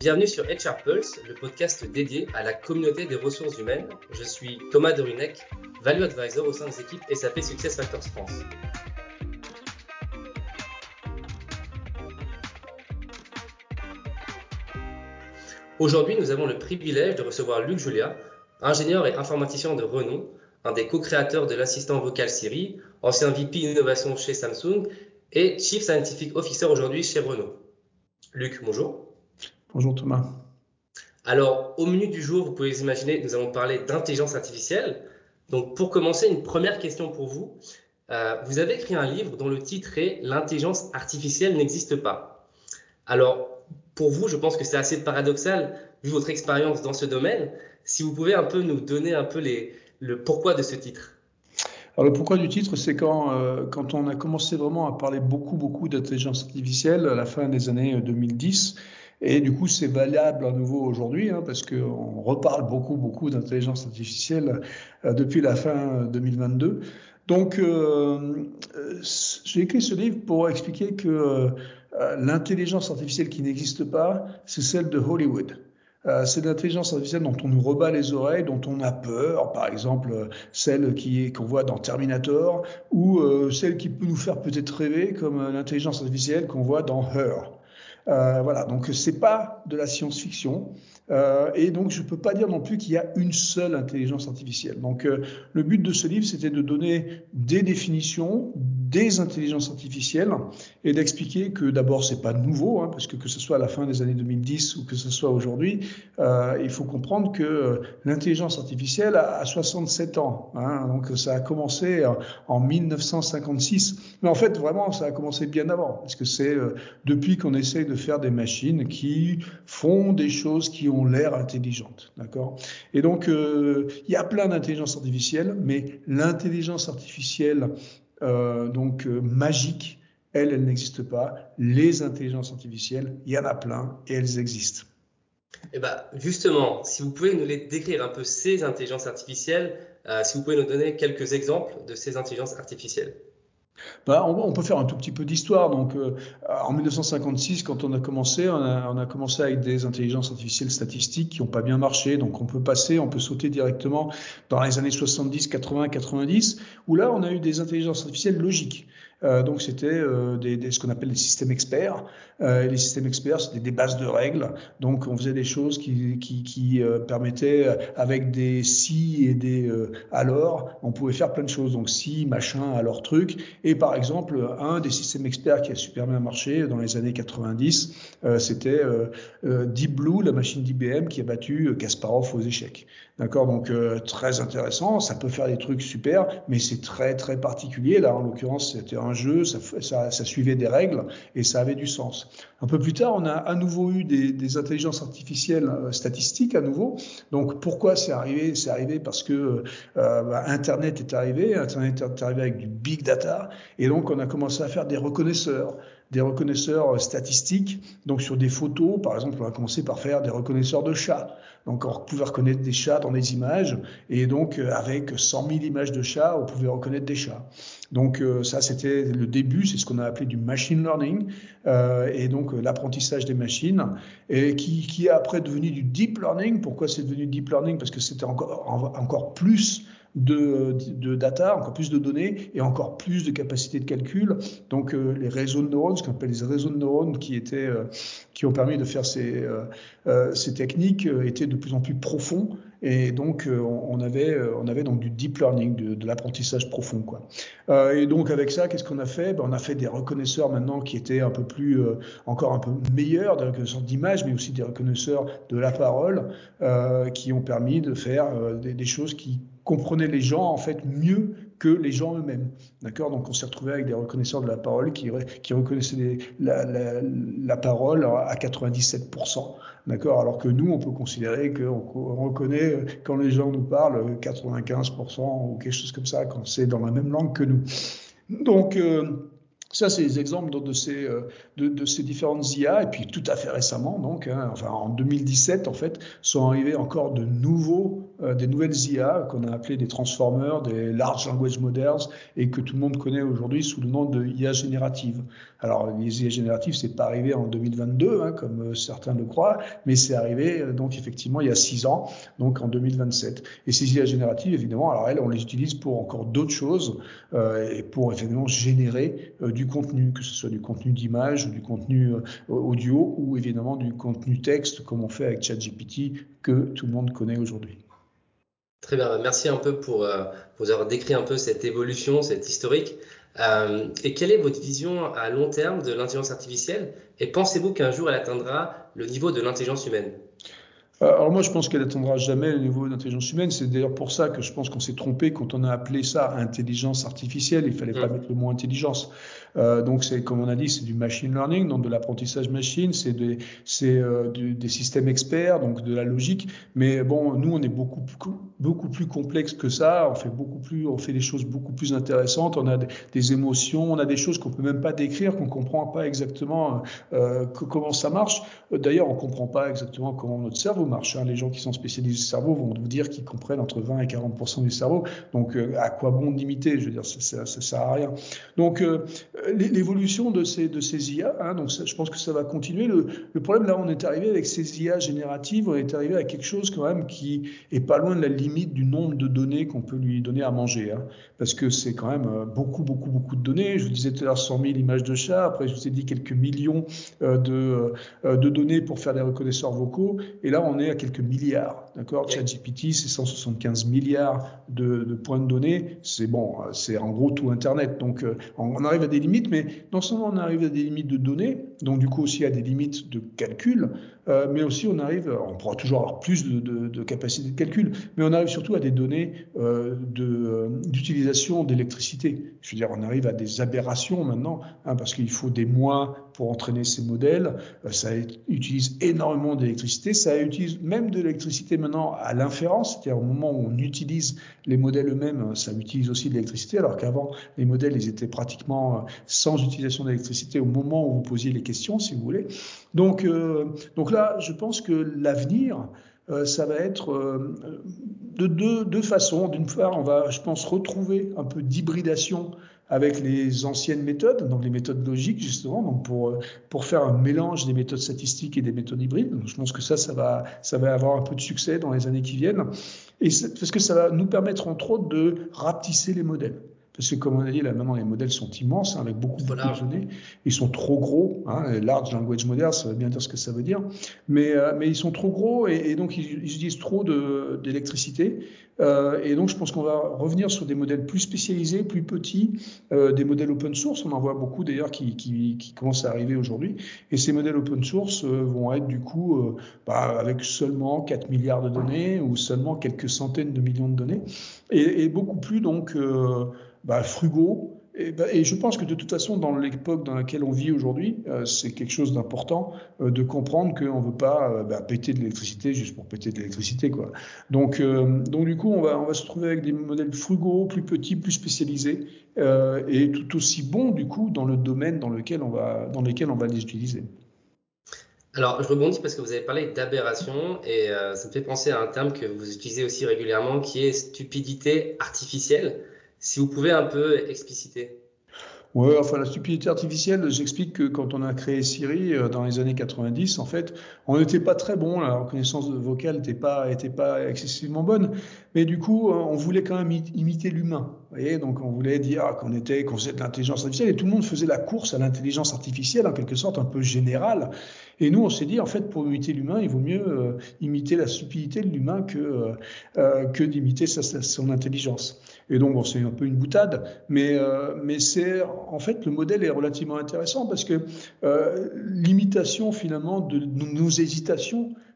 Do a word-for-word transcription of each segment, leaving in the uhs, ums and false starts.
Bienvenue sur H R Pulse, le podcast dédié à la communauté des ressources humaines. Je suis Thomas Dorunec, Value Advisor au sein des équipes S A P SuccessFactors France. Aujourd'hui, nous avons le privilège de recevoir Luc Julia, ingénieur et informaticien de renom, un des co-créateurs de l'assistant vocal Siri, ancien V P innovation chez Samsung et Chief Scientific Officer aujourd'hui chez Renault. Luc, bonjour. Bonjour Thomas. Alors, au menu du jour, vous pouvez imaginer, nous allons parler d'intelligence artificielle. Donc, pour commencer, une première question pour vous. Euh, vous avez écrit un livre dont le titre est « L'intelligence artificielle n'existe pas ». Alors, pour vous, je pense que c'est assez paradoxal, vu votre expérience dans ce domaine. Si vous pouvez un peu nous donner un peu les, le pourquoi de ce titre. Alors le pourquoi du titre, c'est quand, euh, quand on a commencé vraiment à parler beaucoup, beaucoup d'intelligence artificielle à la fin des années deux mille dix. Et du coup, c'est valable à nouveau aujourd'hui, hein, parce qu'on reparle beaucoup, beaucoup d'intelligence artificielle euh, depuis la fin deux mille vingt-deux. Donc, euh, euh, j'ai écrit ce livre pour expliquer que euh, l'intelligence artificielle qui n'existe pas, c'est celle de Hollywood. Euh, c'est l'intelligence artificielle dont on nous rebat les oreilles, dont on a peur, par exemple celle qui est, qu'on voit dans Terminator, ou euh, celle qui peut nous faire peut-être rêver, comme l'intelligence artificielle qu'on voit dans Her. Euh, voilà, donc c'est pas de la science-fiction, euh, et donc je peux pas dire non plus qu'il y a une seule intelligence artificielle. Donc euh, le but de ce livre, c'était de donner des définitions des intelligences artificielles et d'expliquer que d'abord c'est pas nouveau, hein, parce que que ce soit à la fin des années deux mille dix ou que ce soit aujourd'hui, euh, il faut comprendre que euh, l'intelligence artificielle a, a soixante-sept ans, hein, donc ça a commencé en, en mille neuf cent cinquante-six, mais en fait vraiment ça a commencé bien avant, parce que c'est euh, depuis qu'on essaye de faire des machines qui font des choses qui ont l'air intelligentes, d'accord ? Et donc euh, il y a plein d'intelligences artificielles, mais l'intelligence artificielle euh, donc euh, magique, elle, elle n'existe pas. Les intelligences artificielles, il y en a plein et elles existent. Et bah, justement, si vous pouvez nous les décrire un peu ces intelligences artificielles, euh, si vous pouvez nous donner quelques exemples de ces intelligences artificielles. Ben, on, on peut faire un tout petit peu d'histoire. Donc, euh, en mille neuf cent cinquante-six, quand on a commencé, on a, on a commencé avec des intelligences artificielles statistiques qui n'ont pas bien marché. Donc, on peut passer, on peut sauter directement dans les années soixante-dix, quatre-vingts, quatre-vingt-dix, où là, on a eu des intelligences artificielles logiques. Euh, donc, c'était euh, des, des, ce qu'on appelle des systèmes experts. Euh, les systèmes experts, c'était des bases de règles. Donc, on faisait des choses qui, qui, qui euh, permettaient, avec des si et des euh, alors, on pouvait faire plein de choses. Donc, si, machin, alors, truc. Et par exemple, un des systèmes experts qui a super bien marché dans les années quatre-vingt-dix, euh, c'était euh, euh, Deep Blue, la machine d'I B M qui a battu Kasparov aux échecs. D'accord, donc euh, très intéressant, ça peut faire des trucs super, mais c'est très très particulier. Là, en l'occurrence, c'était un jeu, ça, ça, ça suivait des règles et ça avait du sens. Un peu plus tard, on a à nouveau eu des, des intelligences artificielles euh, statistiques à nouveau. Donc pourquoi c'est arrivé? C'est arrivé parce que euh, bah, Internet est arrivé, Internet est arrivé avec du big data, et donc on a commencé à faire des reconnaisseurs, des reconnaisseurs statistiques. Donc sur des photos, par exemple, on a commencé par faire des reconnaisseurs de chats. Donc on pouvait reconnaître des chats dans des images, et donc avec cent mille images de chats, on pouvait reconnaître des chats. Donc euh, ça, c'était le début, c'est ce qu'on a appelé du machine learning, euh, et donc euh, l'apprentissage des machines, et qui, qui est après devenu du deep learning. Pourquoi c'est devenu deep learning? Parce que c'était encore, encore plus de, de data, encore plus de données et encore plus de capacité de calcul. Donc euh, les réseaux de neurones, ce qu'on appelle les réseaux de neurones qui étaient, euh, qui ont permis de faire ces, euh, ces techniques, euh, étaient de plus en plus profonds. Et donc, euh, on, avait, on avait donc du deep learning, de, de l'apprentissage profond, quoi. Euh, et donc, avec ça, qu'est-ce qu'on a fait? Ben, on a fait des reconnaisseurs maintenant qui étaient un peu plus, euh, encore un peu meilleurs, des reconnaisseurs d'images, mais aussi des reconnaisseurs de la parole, euh, qui ont permis de faire euh, des, des choses qui comprenaient les gens, en fait, mieux que les gens eux-mêmes. D'accord? Donc, on s'est retrouvé avec des reconnaisseurs de la parole qui, qui reconnaissaient les, la, la, la parole à quatre-vingt-dix-sept pour cent. D'accord? Alors que nous, on peut considérer qu'on reconnaît, quand les gens nous parlent, quatre-vingt-quinze pour cent ou quelque chose comme ça, quand c'est dans la même langue que nous. Donc, euh, Ça, c'est les exemples donc, de, ces, euh, de, de ces différentes I A. Et puis, tout à fait récemment, donc, hein, enfin, en deux mille dix-sept, en fait, sont arrivés encore de nouveaux, euh, des nouvelles I A qu'on a appelées des transformers, des large language models, et que tout le monde connaît aujourd'hui sous le nom de I A générative. Alors, les I A génératives, c'est pas arrivé en deux mille vingt-deux, hein, comme euh, certains le croient, mais c'est arrivé, euh, donc, effectivement, il y a six ans, donc en deux mille vingt-sept. Et ces I A génératives, évidemment, alors elles, on les utilise pour encore d'autres choses, euh, et pour, effectivement, générer euh, du du contenu, que ce soit du contenu d'image, du contenu euh, audio ou évidemment du contenu texte comme on fait avec ChatGPT que tout le monde connaît aujourd'hui. Très bien, merci un peu pour, euh, pour avoir décrit un peu cette évolution, cette historique. Euh, et quelle est votre vision à long terme de l'intelligence artificielle? Et pensez-vous qu'un jour elle atteindra le niveau de l'intelligence humaine? Alors moi, je pense qu'elle n'atteindra jamais le niveau d'intelligence humaine. C'est d'ailleurs pour ça que je pense qu'on s'est trompé quand on a appelé ça intelligence artificielle. Il fallait pas Hmm. mettre le mot intelligence. Euh, donc c'est comme on a dit, c'est du machine learning, donc de l'apprentissage machine, c'est des, c'est euh, du, des systèmes experts, donc de la logique. Mais bon, nous, on est beaucoup beaucoup plus complexe que ça. On fait beaucoup plus, on fait des choses beaucoup plus intéressantes. On a des, des émotions, on a des choses qu'on peut même pas décrire, qu'on comprend pas exactement euh, comment ça marche. D'ailleurs, on comprend pas exactement comment notre cerveau marche. Hein. Les gens qui sont spécialisés du cerveau vont vous dire qu'ils comprennent entre vingt et quarante pour cent du cerveau. Donc, euh, à quoi bon limiter? Je veux dire, ça, ça, ça sert à rien. Donc, euh, l'évolution de ces, de ces I A, hein, donc ça, je pense que ça va continuer. Le, le problème, là, on est arrivé avec ces I A génératives, on est arrivé à quelque chose quand même qui est pas loin de la limite du nombre de données qu'on peut lui donner à manger. Hein, parce que c'est quand même beaucoup, beaucoup, beaucoup de données. Je vous disais tout à l'heure cent mille images de chat. Après, je vous ai dit quelques millions euh, de, euh, de données pour faire des reconnaisseurs vocaux. Et là, on est à quelques milliards. D'accord, Oui. ChatGPT, c'est cent soixante-quinze milliards de, de points de données. C'est bon, c'est en gros tout Internet. Donc, euh, on arrive à des limites, mais non seulement on arrive à des limites de données, donc du coup aussi à des limites de calcul, euh, mais aussi on arrive, on pourra toujours avoir plus de, de, de capacité de calcul, mais on arrive surtout à des données euh, de, d'utilisation d'électricité. Je veux dire, on arrive à des aberrations maintenant, hein, parce qu'il faut des mois pour entraîner ces modèles. Euh, ça utilise énormément d'électricité. Ça utilise même de l'électricité maintenant à l'inférence, c'est-à-dire au moment où on utilise les modèles eux-mêmes, ça utilise aussi de l'électricité, alors qu'avant, les modèles, ils étaient pratiquement sans utilisation d'électricité au moment où vous posiez les questions, si vous voulez. Donc, euh, donc là, je pense que l'avenir, euh, ça va être euh, de deux, deux façons. D'une part, on va, je pense, retrouver un peu d'hybridation avec les anciennes méthodes, donc les méthodes logiques justement, donc pour pour faire un mélange des méthodes statistiques et des méthodes hybrides. Donc je pense que ça, ça va ça va avoir un peu de succès dans les années qui viennent, et parce que ça va nous permettre entre autres de rapetisser les modèles. Parce que comme on a dit, là maintenant les modèles sont immenses, hein, avec beaucoup Trop beaucoup de large. données. Ils sont trop gros, hein, large language models, ça veut bien dire ce que ça veut dire, mais euh, mais ils sont trop gros et, et donc ils, ils utilisent trop de d'électricité. Euh, et donc je pense qu'on va revenir sur des modèles plus spécialisés, plus petits, euh, des modèles open source. On en voit beaucoup d'ailleurs qui, qui, qui commencent à arriver aujourd'hui. Et ces modèles open source euh, vont être du coup euh, bah, avec seulement quatre milliards de données ou seulement quelques centaines de millions de données et, et beaucoup plus donc euh, bah, frugaux. Et, bah, et je pense que de toute façon, dans l'époque dans laquelle on vit aujourd'hui, euh, c'est quelque chose d'important euh, de comprendre qu'on ne veut pas euh, bah, péter de l'électricité juste pour péter de l'électricité, quoi. Donc, euh, donc du coup, on va, on va se trouver avec des modèles frugaux, plus petits, plus spécialisés, euh, et tout aussi bons du coup dans le domaine dans lequel on va, dans lequel on va les utiliser. Alors, je rebondis parce que vous avez parlé d'aberration et euh, ça me fait penser à un terme que vous utilisez aussi régulièrement qui est stupidité artificielle. Si vous pouvez un peu expliciter. Ouais, enfin la stupidité artificielle, j'explique que quand on a créé Siri euh, dans les années quatre-vingt-dix, en fait, on n'était pas très bon, la reconnaissance vocale n'était pas, était pas excessivement bonne, mais du coup, euh, on voulait quand même i- imiter l'humain. Vous voyez, donc on voulait dire qu'on était, qu'on faisait de l'intelligence artificielle, et tout le monde faisait la course à l'intelligence artificielle, en quelque sorte un peu générale. Et nous, on s'est dit, en fait, pour imiter l'humain, il vaut mieux euh, imiter la stupidité de l'humain que, euh, euh, que d'imiter sa- sa- son intelligence. Et donc, bon, c'est un peu une boutade, mais, euh, mais c'est en fait le modèle est relativement intéressant parce que euh, l'imitation finalement de nos hésitations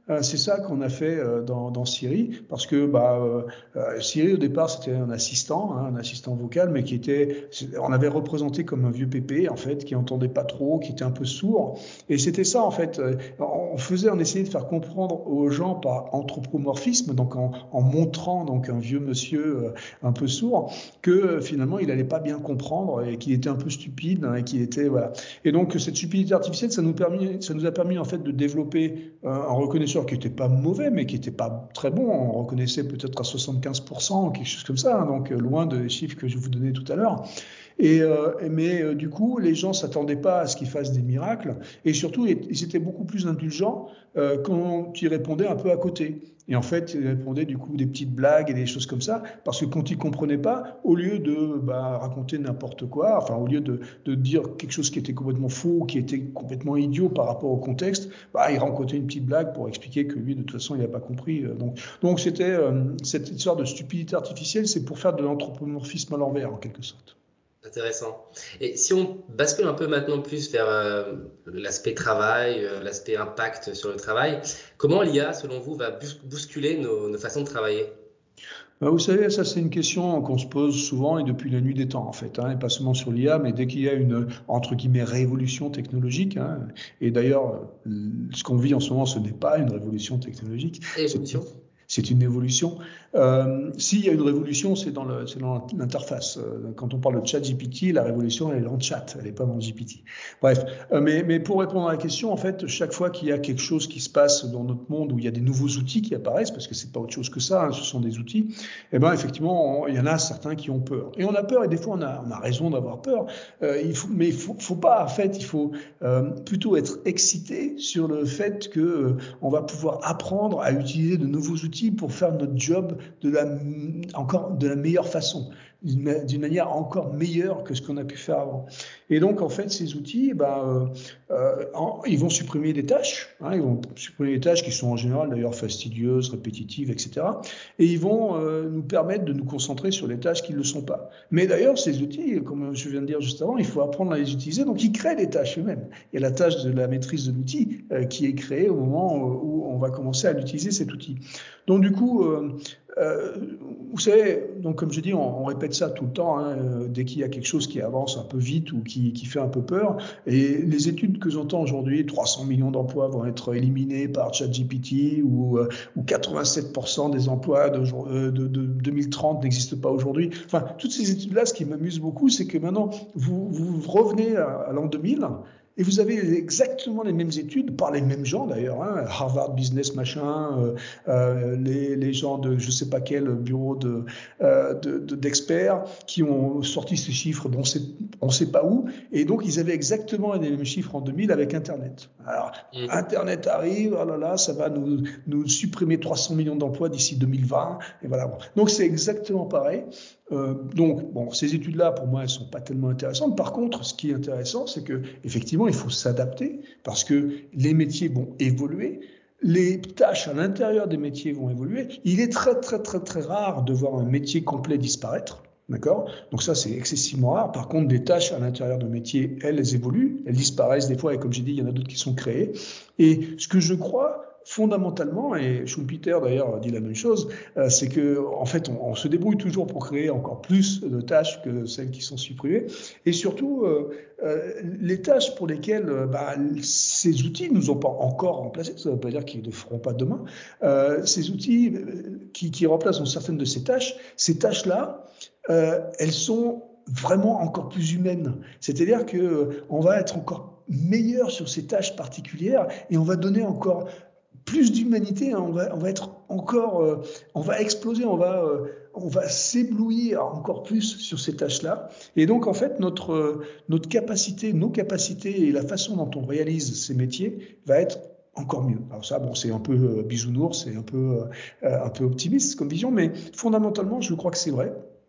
Euh, c'est ça qu'on a fait euh, dans, dans Siri, parce que bah, euh, euh, Siri au départ c'était un assistant, hein, un assistant vocal, mais qui était, on avait représenté comme un vieux pépé en fait, qui entendait pas trop, qui était un peu sourd, et c'était ça en fait. Euh, On faisait, on essayait de faire comprendre aux gens par anthropomorphisme, donc en, en montrant donc un vieux monsieur euh, un peu sourd, que euh, finalement il allait pas bien comprendre et qu'il était un peu stupide hein, et qu'il était voilà. Et donc cette stupidité artificielle, ça nous permis, ça nous a permis en fait de développer euh, un reconnaisseur qui n'était pas mauvais, mais qui n'était pas très bon. On reconnaissait peut-être à soixante-quinze pour cent, quelque chose comme ça, hein, donc euh, loin des chiffres que je vous donnais tout à l'heure. Et, euh, mais euh, du coup, les gens s'attendaient pas à ce qu'ils fassent des miracles, et surtout, ils étaient beaucoup plus indulgents euh, quand ils répondaient un peu à côté. Et en fait, ils répondaient du coup des petites blagues et des choses comme ça, parce que quand ils comprenaient pas, au lieu de bah, raconter n'importe quoi, enfin au lieu de, de dire quelque chose qui était complètement faux, qui était complètement idiot par rapport au contexte, bah, il racontait une petite blague pour expliquer que lui, de toute façon, il n'a pas compris. Donc, donc c'était euh, cette histoire de stupidité artificielle, c'est pour faire de l'anthropomorphisme à l'envers, en quelque sorte. Intéressant. Et si on bascule un peu maintenant plus vers euh, l'aspect travail, euh, l'aspect impact sur le travail, comment l'I A, selon vous, va bus- bousculer nos, nos façons de travailler? Ben, vous savez, ça c'est une question qu'on se pose souvent et depuis la nuit des temps en fait, hein, et pas seulement sur l'I A, mais dès qu'il y a une entre guillemets révolution technologique, hein, et d'ailleurs ce qu'on vit en ce moment, ce n'est pas une révolution technologique, c'est Évolution? c'est une évolution. Euh, S'il y a une révolution, c'est dans le, c'est dans l'interface. Euh, Quand on parle de chat G P T, la révolution, elle est dans le chat, elle n'est pas dans le G P T. Bref, euh, mais, mais pour répondre à la question, en fait, chaque fois qu'il y a quelque chose qui se passe dans notre monde où il y a des nouveaux outils qui apparaissent, parce que c'est pas autre chose que ça, hein, ce sont des outils, eh ben effectivement, on- il y en a certains qui ont peur. Et on a peur, et des fois on a, on a raison d'avoir peur. Euh, il faut, mais il faut, faut pas, en fait, il faut euh, plutôt être excité sur le fait que euh, on va pouvoir apprendre à utiliser de nouveaux outils pour faire notre job de la, encore de la meilleure façon, d'une manière encore meilleure que ce qu'on a pu faire avant. Et donc, en fait, ces outils, ben, euh, euh, en, ils vont supprimer des tâches, hein, ils vont supprimer des tâches qui sont en général d'ailleurs fastidieuses, répétitives, et cetera. Et ils vont euh, nous permettre de nous concentrer sur les tâches qui ne le sont pas. Mais d'ailleurs, ces outils, comme je viens de dire juste avant, il faut apprendre à les utiliser, donc ils créent des tâches eux-mêmes. Il y a la tâche de la maîtrise de l'outil euh, qui est créée au moment où on va commencer à l'utiliser, cet outil. Donc du coup, euh, euh, vous savez, donc comme je dis, on, on répète ça tout le temps, hein, euh, dès qu'il y a quelque chose qui avance un peu vite ou qui, qui fait un peu peur. Et les études que j'entends aujourd'hui, trois cents millions d'emplois vont être éliminés par ChatGPT ou, euh, ou quatre-vingt-sept pour cent des emplois de, de, de, de deux mille trente n'existent pas aujourd'hui. Enfin, toutes ces études-là, ce qui m'amuse beaucoup, c'est que maintenant, vous, vous revenez à, à l'an deux mille. Et vous avez exactement les mêmes études, par les mêmes gens d'ailleurs, hein, Harvard Business machin, euh, euh, les, les gens de je sais pas quel bureau de, euh, de, de, d'experts qui ont sorti ces chiffres, bon, on ne sait pas où, et donc ils avaient exactement les mêmes chiffres en deux mille avec Internet. Alors, Mm. Internet arrive, oh là là, ça va nous, nous supprimer trois cents millions d'emplois d'ici deux mille vingt, et voilà. Donc c'est exactement pareil. Euh, donc, bon, ces études-là, pour moi, elles sont pas tellement intéressantes. Par contre, ce qui est intéressant, c'est que effectivement, il faut s'adapter parce que les métiers vont évoluer. Les tâches à l'intérieur des métiers vont évoluer. Il est très, très, très, très rare de voir un métier complet disparaître. D'accord? Donc ça, c'est excessivement rare. Par contre, des tâches à l'intérieur de métiers, elles, elles évoluent. Elles disparaissent des fois, et comme j'ai dit, il y en a d'autres qui sont créées. Et ce que je crois, fondamentalement, et Schumpeter d'ailleurs dit la même chose, euh, c'est que en fait, on, on se débrouille toujours pour créer encore plus de tâches que celles qui sont supprimées. Et surtout, euh, euh, les tâches pour lesquelles euh, bah, ces outils ne nous ont pas encore remplacés, ça ne veut pas dire qu'ils ne le feront pas demain, euh, ces outils euh, qui, qui remplacent certaines de ces tâches, ces tâches-là, euh, elles sont vraiment encore plus humaines. C'est-à-dire que euh, on va être encore meilleur sur ces tâches particulières et on va donner encore plus d'humanité, hein, on, va, on va être encore, euh, on va exploser, on va, euh, on va s'éblouir encore plus sur ces tâches-là. Et donc, en fait, notre, euh, notre capacité, nos capacités et la façon dont on réalise ces métiers va être encore mieux. Alors ça, bon, c'est un peu euh, bisounours, c'est un peu, euh, un peu optimiste comme vision, mais fondamentalement, je crois que c'est vrai.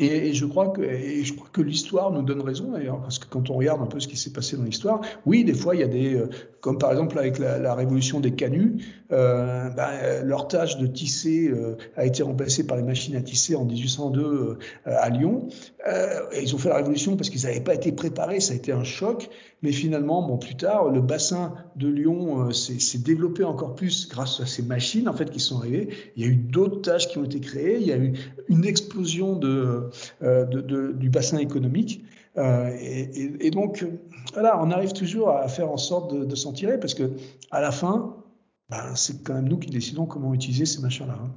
Et, et je crois que, et je crois que l'histoire nous donne raison d'ailleurs, parce que quand on regarde un peu ce qui s'est passé dans l'histoire, oui, des fois il y a des, euh, comme par exemple avec la, la révolution des canuts, euh, ben, leur tâche de tisser euh, a été remplacée par les machines à tisser en dix-huit cent deux euh, à Lyon. Euh, et ils ont fait la révolution parce qu'ils n'avaient pas été préparés, ça a été un choc. Mais finalement, bon, plus tard, le bassin de Lyon euh, s'est, s'est développé encore plus grâce à ces machines en fait qui sont arrivées. Il y a eu d'autres tâches qui ont été créées. Il y a eu une explosion de, euh, de, de, du bassin économique. Euh, et, et, et donc, voilà, on arrive toujours à faire en sorte de, de s'en tirer parce que à la fin, ben, c'est quand même nous qui décidons comment utiliser ces machins-là. Hein.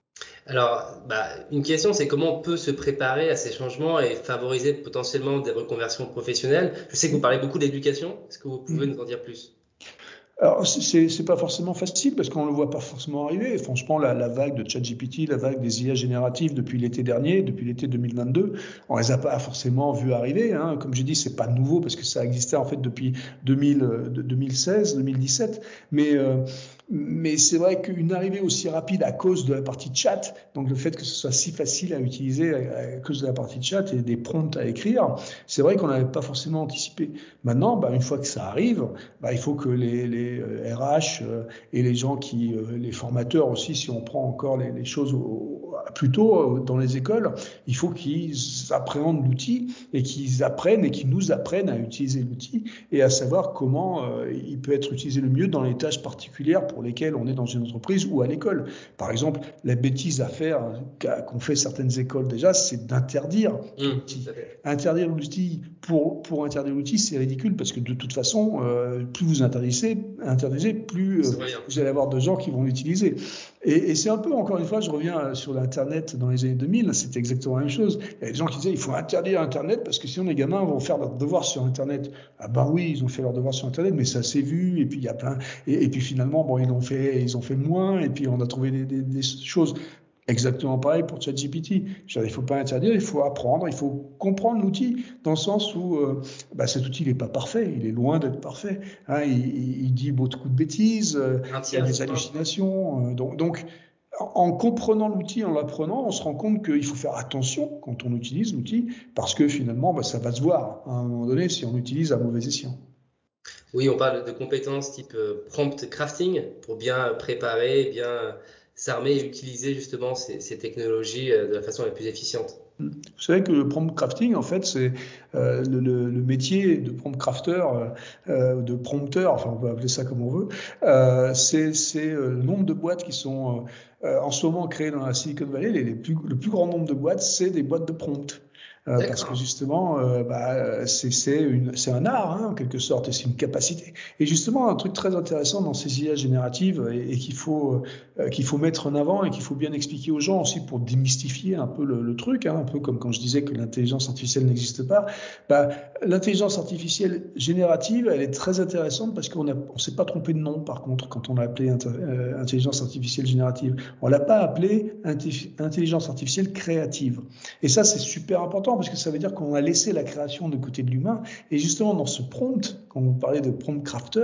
Alors, bah, une question, c'est comment on peut se préparer à ces changements et favoriser potentiellement des reconversions professionnelles. Je sais que vous parlez beaucoup d'éducation. Est-ce que vous pouvez Mm. nous en dire plus? Alors, c'est c'est pas forcément facile parce qu'on le voit pas forcément arriver. Franchement, la, la vague de ChatGPT, la vague des I A génératives depuis l'été dernier, depuis l'été deux mille vingt-deux, on les a pas forcément vus arriver. Hein. Comme j'ai dit, c'est pas nouveau parce que ça existait en fait depuis deux mille, euh, de- deux mille seize, deux mille dix-sept. Mais euh, mais c'est vrai qu'une arrivée aussi rapide à cause de la partie chat, donc le fait que ce soit si facile à utiliser à, à cause de la partie chat et des prompts à écrire, c'est vrai qu'on n'avait pas forcément anticipé. Maintenant, bah, une fois que ça arrive, bah, il faut que les, les euh, R H euh, et les gens qui, euh, les formateurs aussi, si on prend encore les, les choses au, plus tôt euh, dans les écoles, il faut qu'ils appréhendent l'outil et qu'ils apprennent et qu'ils nous apprennent à utiliser l'outil et à savoir comment euh, il peut être utilisé le mieux dans les tâches particulières pour lesquelles on est dans une entreprise ou à l'école. Par exemple, la bêtise à faire qu'ont fait certaines écoles déjà, c'est d'interdire Hum, l'outil. tout à fait. Interdire l'outil pour, pour interdire l'outil, c'est ridicule parce que de toute façon, euh, plus vous interdisez, interdisez plus euh, Ça revient. vous allez avoir de gens qui vont l'utiliser. Et, et c'est un peu, encore une fois, je reviens sur l'Internet dans les années deux mille, c'était exactement la même chose. Il y a des gens qui disaient il faut interdire Internet parce que sinon les gamins vont faire leurs devoirs sur Internet. Ah ben oui, ils ont fait leurs devoirs sur Internet, mais ça s'est vu, et puis il y a plein. Et, et puis finalement, bon, ils ont fait, ils ont fait moins, et puis on a trouvé des, des, des choses. Exactement pareil pour ChatGPT. Il ne faut pas interdire, il faut apprendre, il faut comprendre l'outil, dans le sens où euh, bah, cet outil n'est pas parfait, il est loin d'être parfait. Hein, il, il, dit beaucoup de bêtises, euh, Un il y a tiers, je des crois. hallucinations. Euh, donc, donc, en comprenant l'outil, en l'apprenant, on se rend compte qu'il faut faire attention quand on utilise l'outil, parce que finalement, bah, ça va se voir à un moment donné si on l'utilise à mauvais escient. Oui, on parle de compétences type euh, prompt crafting pour bien préparer, bien s'armer et utiliser justement ces, ces technologies euh, de la façon la plus efficiente. Vous savez que le prompt crafting, en fait, c'est euh, le, le, le, métier de prompt crafter, euh, de prompteur, enfin on peut appeler ça comme on veut, euh, c'est euh, le nombre de boîtes qui sont euh, en ce moment créées dans la Silicon Valley. Les, les plus, le plus grand nombre de boîtes, c'est des boîtes de prompt. Euh, parce que D'accord. justement, euh, bah, c'est un art, hein, en quelque sorte, et c'est une capacité. Et justement, un truc très intéressant dans ces I A génératives et, et qu'il faut, euh, qu'il faut mettre en avant et qu'il faut bien expliquer aux gens aussi pour démystifier un peu le, le truc, hein, un peu comme quand je disais que l'intelligence artificielle n'existe pas. Bah, l'intelligence artificielle générative, elle est très intéressante parce qu'on ne s'est pas trompé de nom, par contre, quand on a appelé inter, euh, intelligence artificielle générative. On ne l'a pas appelé intelligence artificielle créative. Et ça, c'est super important parce que ça veut dire qu'on a laissé la création de côté de l'humain. Et justement, dans ce prompt, quand vous parlez de prompt crafter,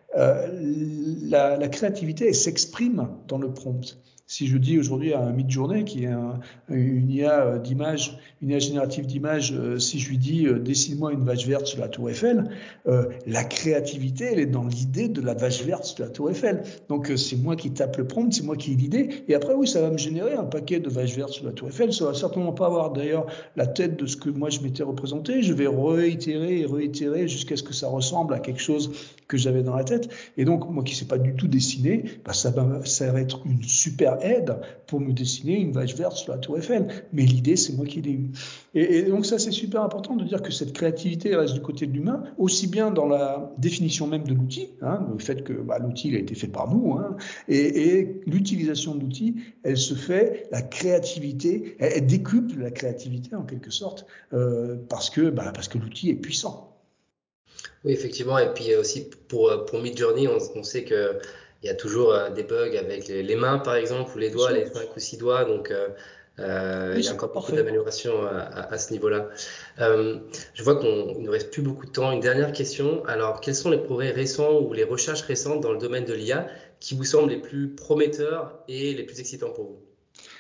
euh, la, la créativité, elle s'exprime dans le prompt. Si je dis aujourd'hui à un Midjourney, qui est un, une I A d'image, une I A générative d'image, euh, si je lui dis euh, dessine-moi une vache verte sur la Tour Eiffel, euh, la créativité, elle est dans l'idée de la vache verte sur la Tour Eiffel. Donc euh, c'est moi qui tape le prompt, c'est moi qui ai l'idée, et après oui, ça va me générer un paquet de vaches vertes sur la Tour Eiffel. Ça va certainement pas avoir d'ailleurs la tête de ce que moi je m'étais représenté. Je vais réitérer et réitérer jusqu'à ce que ça ressemble à quelque chose que j'avais dans la tête. Et donc moi qui ne sais pas du tout dessiner, bah, ça, va, ça va être une super aide pour me dessiner une vache verte sur la Tour Eiffel. Mais l'idée, c'est moi qui l'ai eue. Et, et donc ça, c'est super important de dire que cette créativité reste du côté de l'humain, aussi bien dans la définition même de l'outil, hein, le fait que bah, l'outil a été fait par nous, hein, et, et l'utilisation de l'outil, elle se fait, la créativité, elle, elle décuple la créativité en quelque sorte, euh, parce que, bah, parce que l'outil est puissant. Oui, effectivement. Et puis euh, aussi pour, euh, pour Midjourney, on, on sait que il y a toujours euh, des bugs avec les, les mains, par exemple, ou les Bien doigts, sûr. les cinq ou six doigts. Donc, euh, euh, Oui, il y a c'est pas encore beaucoup parfait. d'améliorations à, à- à ce niveau-là. Euh, je vois qu'il ne reste plus beaucoup de temps. Une dernière question. Alors, quels sont les progrès récents ou les recherches récentes dans le domaine de l'I A qui vous semblent les plus prometteurs et les plus excitants pour vous?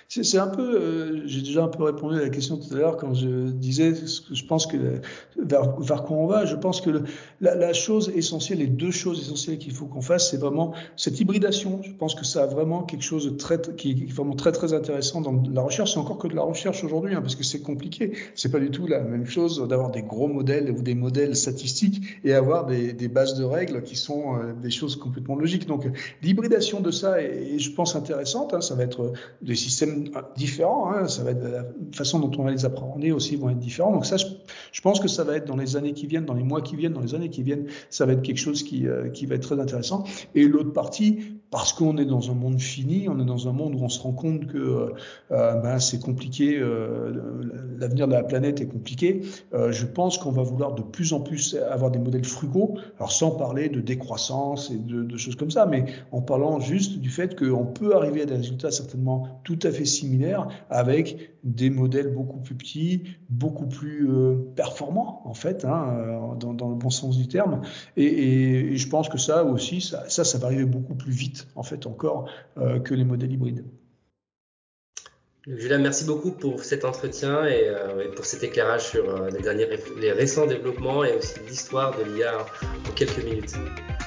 C'est c'est un peu, euh, j'ai déjà un peu répondu à la question tout à l'heure quand je disais ce que je pense que vers, vers quoi on va. Je pense que le- la, la chose essentielle, les deux choses essentielles qu'il faut qu'on fasse, c'est vraiment cette hybridation. Je pense que ça a vraiment quelque chose de très, qui est vraiment très très intéressant dans la recherche. C'est encore que de la recherche aujourd'hui, hein, parce que c'est compliqué. C'est pas du tout la même chose d'avoir des gros modèles ou des modèles statistiques et avoir des, des bases de règles qui sont euh, des choses complètement logiques. Donc l'hybridation de ça est, est, je pense, intéressante. Hein. Ça va être des systèmes différents, hein. Ça va être la façon dont on va les appréhender aussi vont être différents. Donc ça, je, je pense que ça va être dans les années qui viennent, dans les mois qui viennent, dans les années qui viennent, ça va être quelque chose qui, euh, qui va être très intéressant. Et l'autre partie, parce qu'on est dans un monde fini, on est dans un monde où on se rend compte que euh, ben, c'est compliqué, euh, l'avenir de la planète est compliqué. Euh, je pense qu'on va vouloir de plus en plus avoir des modèles frugaux, alors sans parler de décroissance et de, de choses comme ça, mais en parlant juste du fait qu'on peut arriver à des résultats certainement tout à fait similaires avec des modèles beaucoup plus petits, beaucoup plus euh, performants en fait, hein, dans, dans le bon sens du terme. Et, et, et je pense que ça aussi, ça, ça, ça va arriver beaucoup plus vite en fait encore euh, que les modèles hybrides. Julien, merci beaucoup pour cet entretien et, euh, et pour cet éclairage sur euh, les derniers, les récents développements et aussi l'histoire de l'I A en quelques minutes.